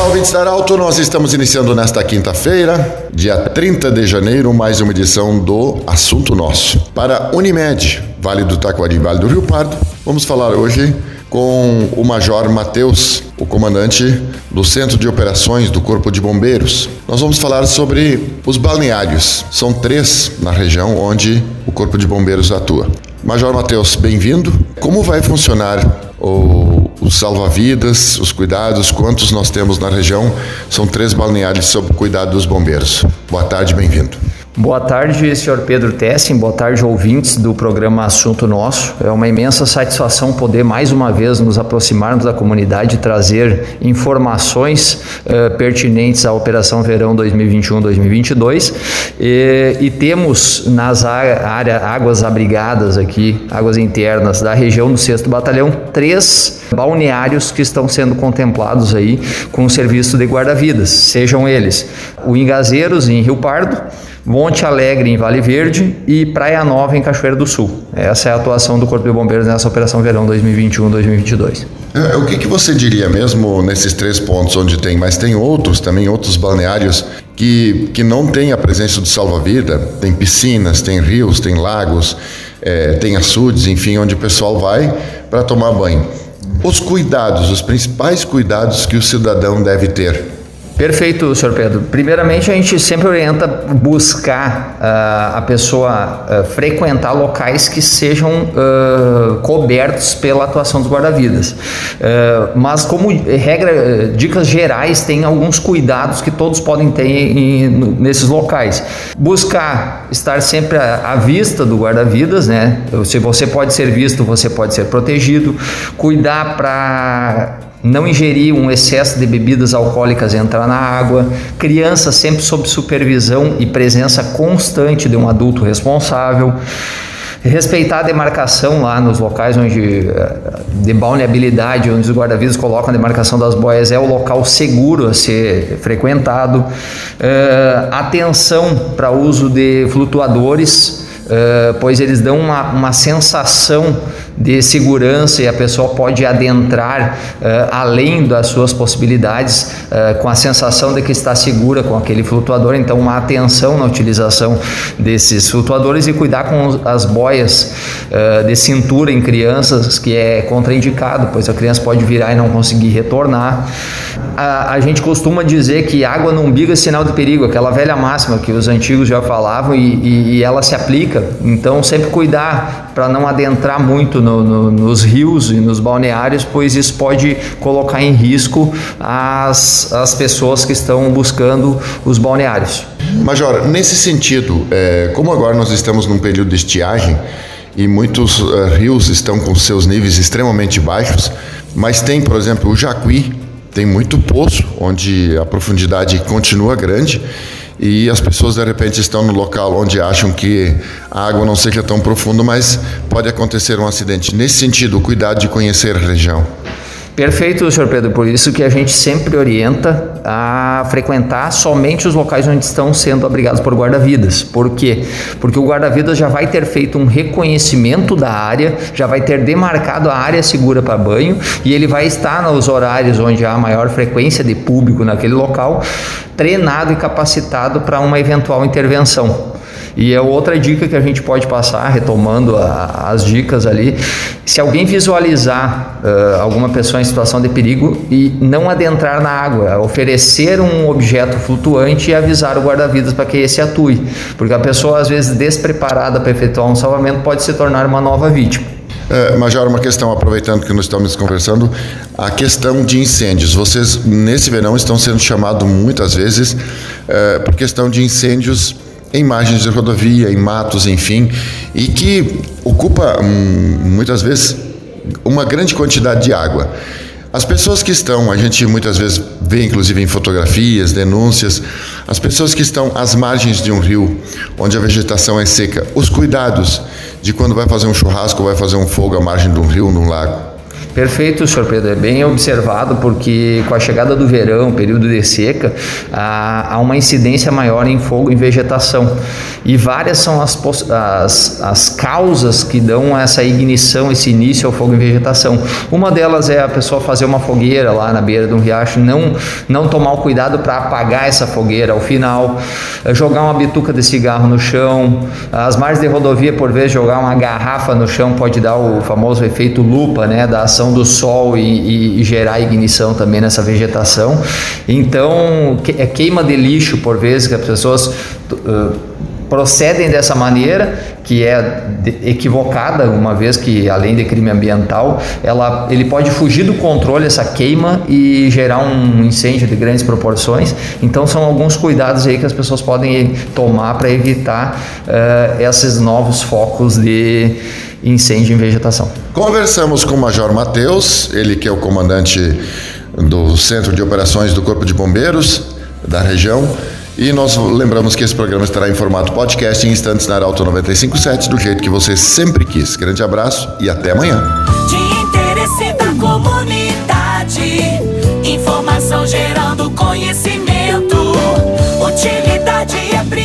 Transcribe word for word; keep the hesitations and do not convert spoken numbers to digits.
ouvintes da Arauto, nós estamos iniciando nesta quinta-feira, dia trinta de janeiro, mais uma edição do Assunto Nosso. Para Unimed, Vale do Taquari, Vale do Rio Pardo, vamos falar hoje com o Major Matheus, o comandante do Centro de Operações do Corpo de Bombeiros. Nós vamos falar sobre os balneários. São três na região onde o Corpo de Bombeiros atua. Major Matheus, bem-vindo. Como vai funcionar o, o salva-vidas, os cuidados, quantos nós temos na região? São três balneários sob o cuidado dos bombeiros. Boa tarde, bem-vindo. Boa tarde, senhor Pedro Tessin, boa tarde, ouvintes do programa Assunto Nosso. É uma imensa satisfação poder mais uma vez nos aproximarmos da comunidade e trazer informações uh, pertinentes à Operação Verão dois mil e vinte e um dois mil e vinte e dois e, e temos nas áreas águas abrigadas aqui, águas internas da região do sexto Batalhão, três balneários que estão sendo contemplados aí com o serviço de guarda-vidas, sejam eles o Ingazeiros em Rio Pardo, Monte Alegre em Vale Verde e Praia Nova em Cachoeira do Sul. Essa é a atuação do Corpo de Bombeiros nessa Operação Verão dois mil e vinte e um dois mil e vinte e dois. É, o que, que você diria mesmo nesses três pontos onde tem, mas tem outros também, outros balneários que, que não tem a presença do salva-vida, tem piscinas, tem rios, tem lagos, é, tem açudes, enfim, onde o pessoal vai para tomar banho. Os cuidados, os principais cuidados que o cidadão deve ter. Perfeito, senhor Pedro. Primeiramente, a gente sempre orienta buscar uh, a pessoa uh, frequentar locais que sejam uh, cobertos pela atuação dos guarda-vidas. Uh, mas, como regra, dicas gerais, tem alguns cuidados que todos podem ter em, nesses locais. Buscar estar sempre à, à vista do guarda-vidas, né? Se você pode ser visto, você pode ser protegido. Cuidar para não ingerir um excesso de bebidas alcoólicas e entrar na água, criança sempre sob supervisão e presença constante de um adulto responsável, respeitar a demarcação lá nos locais onde de balneabilidade, onde os guarda-vidas colocam a demarcação das boias, é o local seguro a ser frequentado, uh, atenção para uso de flutuadores, Uh, pois eles dão uma, uma sensação de segurança e a pessoa pode adentrar uh, além das suas possibilidades uh, com a sensação de que está segura com aquele flutuador. Então, uma atenção na utilização desses flutuadores e cuidar com as boias uh, de cintura em crianças, que é contraindicado, pois a criança pode virar e não conseguir retornar. A, a gente costuma dizer que água no umbigo é sinal de perigo, aquela velha máxima que os antigos já falavam e, e, e ela se aplica. Então, sempre cuidar para não adentrar muito no, no, nos rios e nos balneários, pois isso pode colocar em risco as, as pessoas que estão buscando os balneários. Major, nesse sentido, é, como agora nós estamos num período de estiagem e muitos uh, rios estão com seus níveis extremamente baixos, mas tem, por exemplo, o Jacuí, tem muito poço, onde a profundidade continua grande, e as pessoas de repente estão no local onde acham que a água não seja tão profunda, mas pode acontecer um acidente. Nesse sentido, o cuidado de conhecer a região. Perfeito, senhor Pedro, por isso que a gente sempre orienta a frequentar somente os locais onde estão sendo abrigados por guarda-vidas. Por quê? Porque o guarda-vidas já vai ter feito um reconhecimento da área, já vai ter demarcado a área segura para banho e ele vai estar nos horários onde há maior frequência de público naquele local, treinado e capacitado para uma eventual intervenção. E é outra dica que a gente pode passar, retomando a, as dicas ali, se alguém visualizar uh, alguma pessoa em situação de perigo e não adentrar na água, oferecer um objeto flutuante e avisar o guarda-vidas para que esse atue, porque a pessoa às vezes despreparada para efetuar um salvamento pode se tornar uma nova vítima. É, Major, uma questão, aproveitando que nós estamos conversando, a questão de incêndios. Vocês, nesse verão, estão sendo chamados muitas vezes é, por questão de incêndios em margens de rodovia, em matos, enfim, e que ocupa hum, muitas vezes uma grande quantidade de água. As pessoas que estão, a gente muitas vezes vê inclusive em fotografias, denúncias, as pessoas que estão às margens de um rio, onde a vegetação é seca, os cuidados de quando vai fazer um churrasco, vai fazer um fogo à margem de um rio, num lago. Perfeito, senhor Pedro, é bem observado, porque com a chegada do verão, período de seca, há uma incidência maior em fogo em vegetação, e várias são as, as, as causas que dão essa ignição, esse início ao fogo em vegetação. Uma delas é a pessoa fazer uma fogueira lá na beira de um riacho, não, não tomar o cuidado para apagar essa fogueira ao final, jogar uma bituca de cigarro no chão, as margens de rodovia, por vezes, jogar uma garrafa no chão pode dar o famoso efeito lupa, né, da ação do sol e, e, e gerar ignição também nessa vegetação. Então, que, é queima de lixo, por vezes, que as pessoas uh, procedem dessa maneira, que é de, equivocada, uma vez que, além de crime ambiental, ela, ele pode fugir do controle, essa queima, e gerar um incêndio de grandes proporções. Então, são alguns cuidados aí que as pessoas podem tomar para evitar uh, esses novos focos de incêndio em vegetação. Conversamos com o Major Matheus, ele que é o comandante do Centro de Operações do Corpo de Bombeiros da região, e nós lembramos que esse programa estará em formato podcast em instantes na Arauto noventa e cinco ponto sete, do jeito que você sempre quis. Grande abraço e até amanhã. De interesse da comunidade, informação gerando conhecimento, utilidade é